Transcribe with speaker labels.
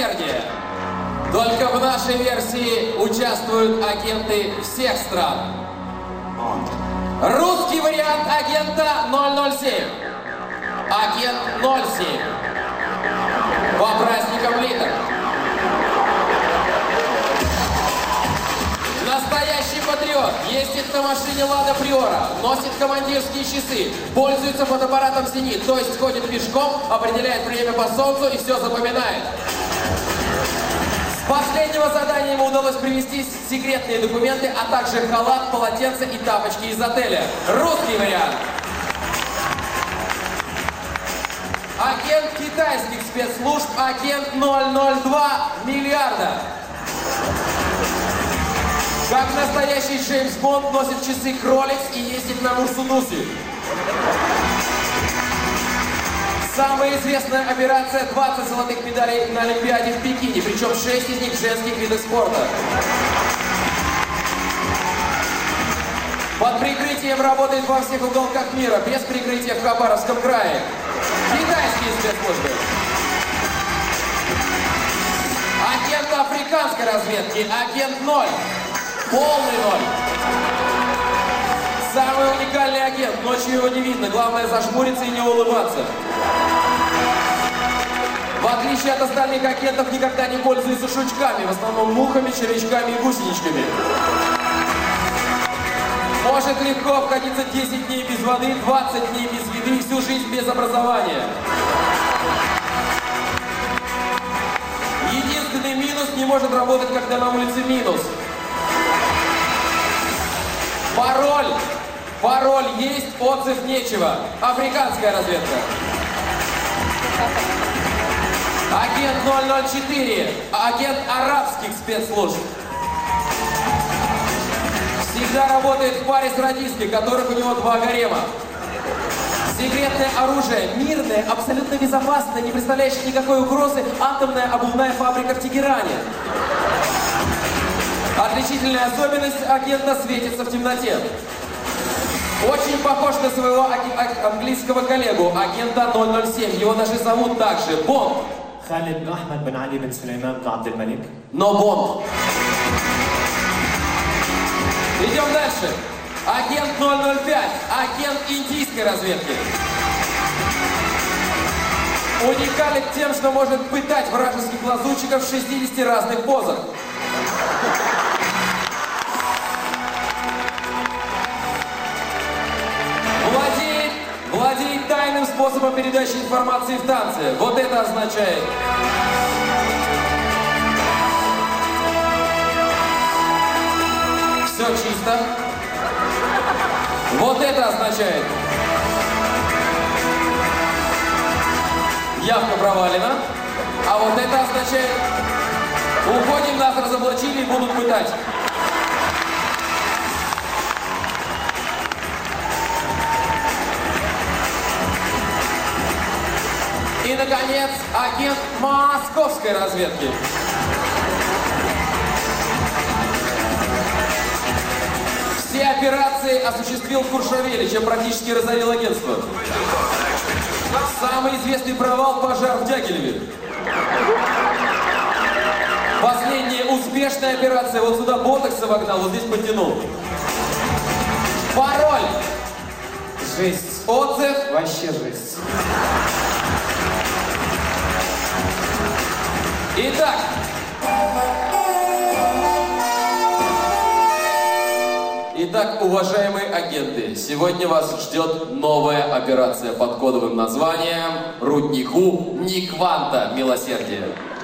Speaker 1: «Милосердие». Только в нашей версии участвуют агенты всех стран. Русский вариант агента 007. Агент 07. По праздникам лета. Настоящий патриот. Ездит на машине Лада Приора. Носит командирские часы. Пользуется фотоаппаратом «Зенит». То есть ходит пешком, определяет время по солнцу и все запоминает. С последнего задания ему удалось привезти секретные документы, а также халат, полотенце и тапочки из отеля. Русский вариант. Агент китайских спецслужб, агент 002 миллиарда. Как настоящий Джеймс Бонд носит часы Rolex и ездит на Мерседесе. Самая известная операция — 20 золотых медалей на Олимпиаде в Пекине, причем 6 из них в женских видах спорта. Под прикрытием работает во всех уголках мира, без прикрытия в Хабаровском крае. Китайские спецслужбы. Агент африканской разведки, агент 0. Полный 0. Самый уникальный агент, ночью его не видно, главное зажмуриться и не улыбаться. В отличие от остальных агентов, никогда не пользуется жучками, в основном мухами, червячками и гусеничками. Может легко обходиться 10 дней без воды, 20 дней без еды и всю жизнь без образования. Единственный минус — не может работать, когда на улице минус. Пароль есть, отзыв нечего. Африканская разведка. Агент 004. Агент арабских спецслужб. Всегда работает в паре с радисткой, которых у него 2 гарема. Секретное оружие, мирное, абсолютно безопасное, не представляющее никакой угрозы, атомная обувная фабрика в Тегеране. Отличительная особенность — агента светится в темноте. Очень похож на своего английского коллегу, агента 007. Его даже зовут так же — Бонд.
Speaker 2: Халид бен Ахмад бен Али бен Сулейман бен Абдельмалик.
Speaker 1: Но Бонд. Идем дальше. Агент 005. Агент индийской разведки. Уникален тем, что может пытать вражеских лазутчиков в 60 разных позах. Владеет тайным способом передачи информации в танце. Вот это означает. Все чисто. Вот это означает. Явка провалена. А вот это означает. Уходим, нас разоблачили и будут пытать. И, наконец, агент московской разведки. Все операции осуществил в Куршавеле, чем практически разорил агентство. Самый известный провал — пожар в Дягилеве. Последняя успешная операция. Вот сюда ботокса вогнал, вот здесь потянул. Пароль. Жесть. Отзыв.
Speaker 2: Вообще жесть.
Speaker 1: Итак, уважаемые агенты, сегодня вас ждет новая операция под кодовым названием «Руднику Никванта. Милосердие».